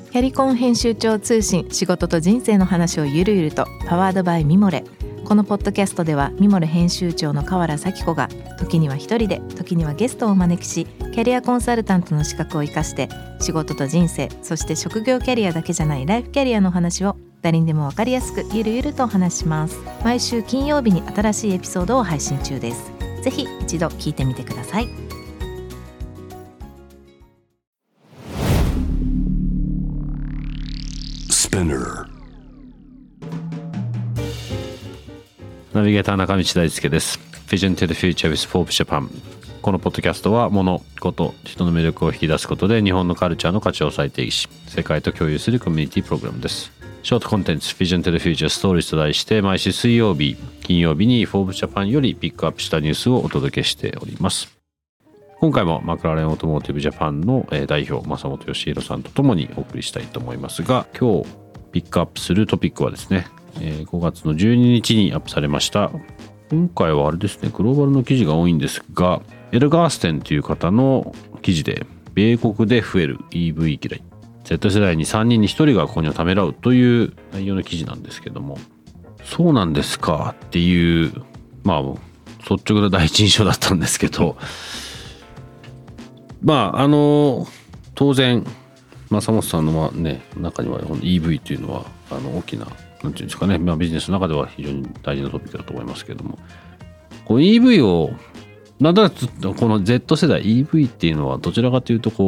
キャリコン編集長通信、仕事と人生の話をゆるゆると、パワードバイミモレ。このポッドキャストではミモレ編集長の河原咲子が時には一人で、時にはゲストをお招きし、キャリアコンサルタントの資格を生かして仕事と人生、そして職業キャリアだけじゃないライフキャリアの話を誰にでも分かりやすくゆるゆるとお話します。毎週金曜日に新しいエピソードを配信中です。ぜひ一度聞いてみてください。 ナビゲーター中道大輔です。 Vision to the Future with Forbes Japan。 このポッドキャストは物事人の魅力を引き出すことで日本のカルチャーの価値を再定義し世界と共有するコミュニティプログラムです。ショートコンテンツ Vision to the Future Stories と題して毎週水曜日金曜日に Forbes Japan よりピックアップしたニュースをお届けしております。今回もマクラーレンオートモーティブジャパンの代表正本義弘さんとともにお送りしたいと思いますが、今日ピックアップするトピックはですね、5月の12日にアップされました。今回はあれですね、グローバルの記事が多いんですが、エルガーステンという方の記事で、米国で増える EV 嫌い、Z 世代に3人に1人が購入をためらうという内容の記事なんですけども、そうなんですかっていう、率直な第一印象だったんですけど、当然正本さんの中にはEV というのは大きななんていうんですかね、ビジネスの中では非常に大事なトピックだと思いますけれども、この EV をなんとなくこの Z 世代 EV っていうのはどちらかというと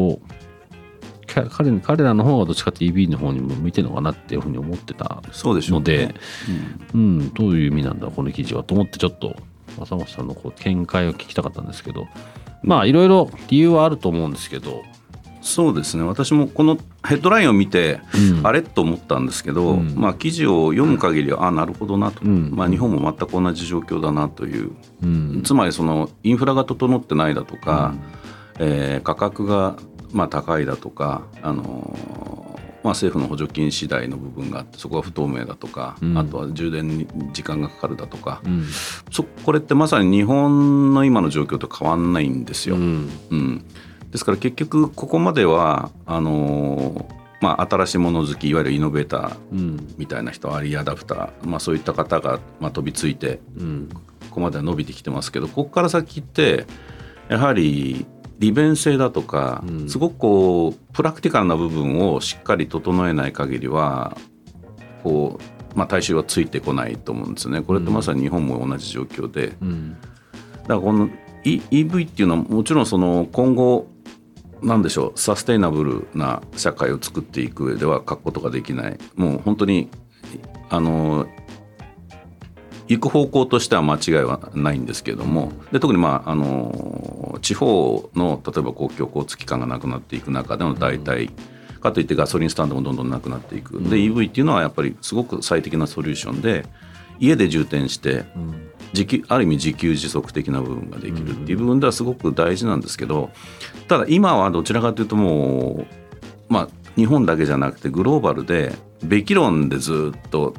彼らの方がどっちかというと EV の方にも向いてるのかなっていうふうに思ってたので、どういう意味なんだこの記事はと思ってちょっと正本さんの見解を聞きたかったんですけど、いろいろ理由はあると思うんですけど。 そうですね、私もこのヘッドラインを見て、あれと思ったんですけど、記事を読む限りはなるほどなと、日本も全く同じ状況だなという、つまりそのインフラが整ってないだとか、価格が高いだとか、政府の補助金次第の部分があってそこが不透明だとか、あとは充電に時間がかかるだとか、これってまさに日本の今の状況と変わんないんですよ。ですから結局ここまでは新しいもの好き、いわゆるイノベーターみたいな人、アリーアダプター、そういった方が飛びついてここまでは伸びてきてますけど、ここから先ってやはり利便性だとか、すごくプラクティカルな部分をしっかり整えない限りは大衆はついてこないと思うんですよね。これってまさに日本も同じ状況で、だからこの EV っていうのはもちろん今後サステイナブルな社会を作っていく上では欠くことができない、もう本当に行く方向としては間違いはないんですけれども、で特に地方の例えば公共交通機関がなくなっていく中での代替、かといってガソリンスタンドもどんどんなくなっていく、で EV っていうのはやっぱりすごく最適なソリューションで、家で充填してある意味自給自足的な部分ができるっていう部分ではすごく大事なんですけど、ただ今はどちらかというともう、日本だけじゃなくてグローバルでべき論でずっと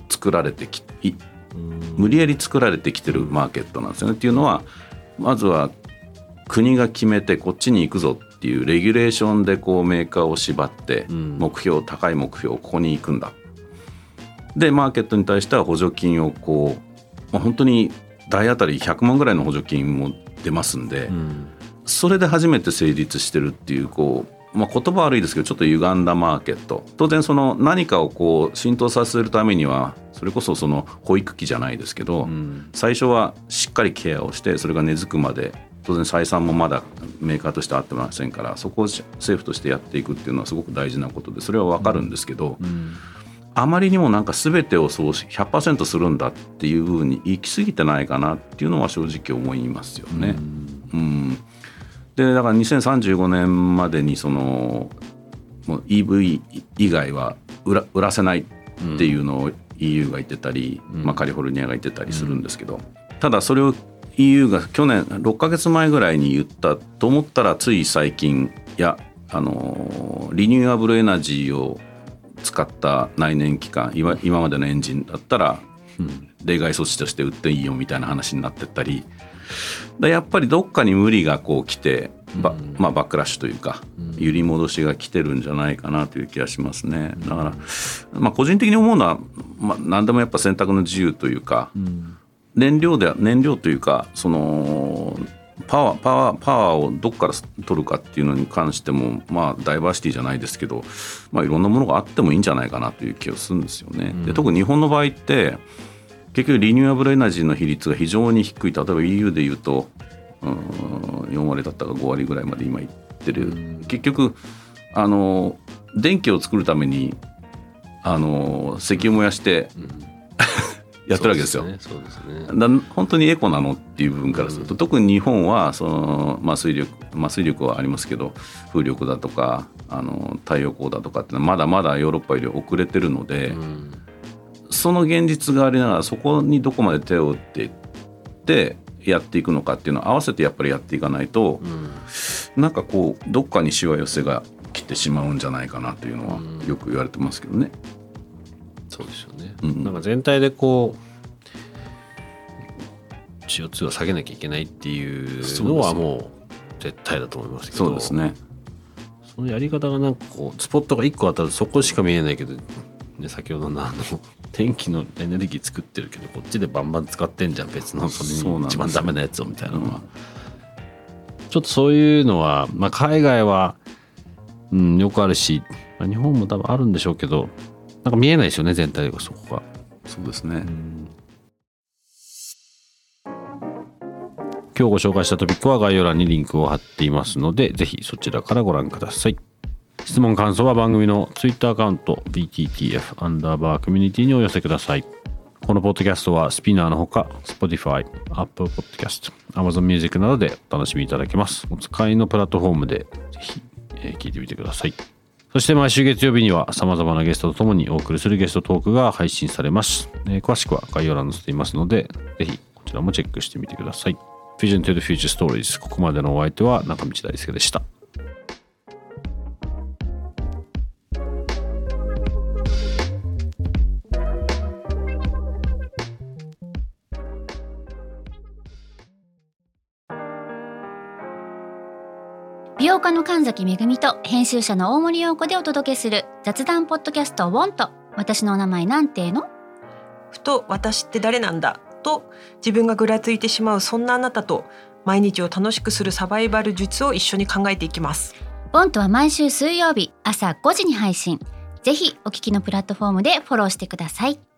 無理やり作られてきてるマーケットなんですよね。っていうのはまずは国が決めてこっちに行くぞっていうレギュレーションでメーカーを縛って、高い目標ここに行くんだ、でマーケットに対しては補助金を本当に台当たり100万ぐらいの補助金も出ますんで、それで初めて成立してるっていう言葉悪いですけどちょっと歪んだマーケット。当然何かを浸透させるためにはそれこそ保育器じゃないですけど、最初はしっかりケアをしてそれが根付くまで、当然採算もまだメーカーとしては合ってませんから、そこを政府としてやっていくっていうのはすごく大事なことで、それは分かるんですけど、あまりにも全てをそう 100% するんだっていう風に行き過ぎてないかなっていうのは正直思いますよね。でだから2035年までにもう EV 以外は売らせないっていうのを EU が言ってたり、カリフォルニアが言ってたりするんですけど、ただそれを EU が去年6ヶ月前ぐらいに言ったと思ったら、つい最近リニューアブルエナジーを使った内燃機関、今までのエンジンだったら例外措置として売っていいよみたいな話になってったり、やっぱりどっかに無理が来てバックラッシュというか、揺り戻しが来てるんじゃないかなという気がしますね。だから、個人的に思うのは、何でもやっぱ選択の自由というか、燃料というか、そのパワーをどこから取るかっていうのに関しても、ダイバーシティじゃないですけど、いろんなものがあってもいいんじゃないかなという気がするんですよね。で、特に日本の場合って結局リニューアブルエナジーの比率が非常に低い。例えば EU でいうと4割だったか5割ぐらいまで今いってる。結局電気を作るために石油燃やしてやってるわけですよ。本当にエコなのっていう部分からすると、特に日本はその、水力はありますけど、風力だとか太陽光だとかってまだまだヨーロッパより遅れてるので、その現実がありながらそこにどこまで手を打っていってやっていくのかっていうのを合わせてやっぱりやっていかないと、なんかこうどっかにしわ寄せが来てしまうんじゃないかなというのはよく言われてますけどね。 そうですよね。なんか全体でこう CO2 を下げなきゃいけないっていうのはもう絶対だと思いますけど、 そうですね。 そのやり方がなんかこうスポットが1個あったらそこしか見えないけど、ね、先ほどの電気のエネルギー作ってるけどこっちでバンバン使ってんじゃん、別のそれに一番ダメなやつをみたいなのは、ちょっとそういうのは、海外は、よくあるし、日本も多分あるんでしょうけど、なんか見えないですよね、全体がそこが。 そうですね。 今日ご紹介したトピックは概要欄にリンクを貼っていますので、ぜひそちらからご覧ください。質問感想は番組のツイッターアカウント BTTF_community にお寄せください。このポッドキャストはスピナーのほか Spotify、Apple Podcast、Amazon Music などでお楽しみいただけます。お使いのプラットフォームでぜひ、聞いてみてください。そして毎週月曜日には様々なゲストとともにお送りするゲストトークが配信されます。詳しくは概要欄に載せていますので、ぜひこちらもチェックしてみてください。Vision to the Future Stories。ここまでのお相手は中道大輔でした。 美容家の神崎めぐみと編集者の大森洋子でお届けする雑談ポッドキャストウォンと私のお名前なんての？ ふと私って誰なんだと自分がぐらついてしまうそんなあなたと毎日を楽しくするサバイバル術を一緒に考えていきます。 ウォンとは毎週水曜日朝5時に配信。ぜひお聞きのプラットフォームでフォローしてください。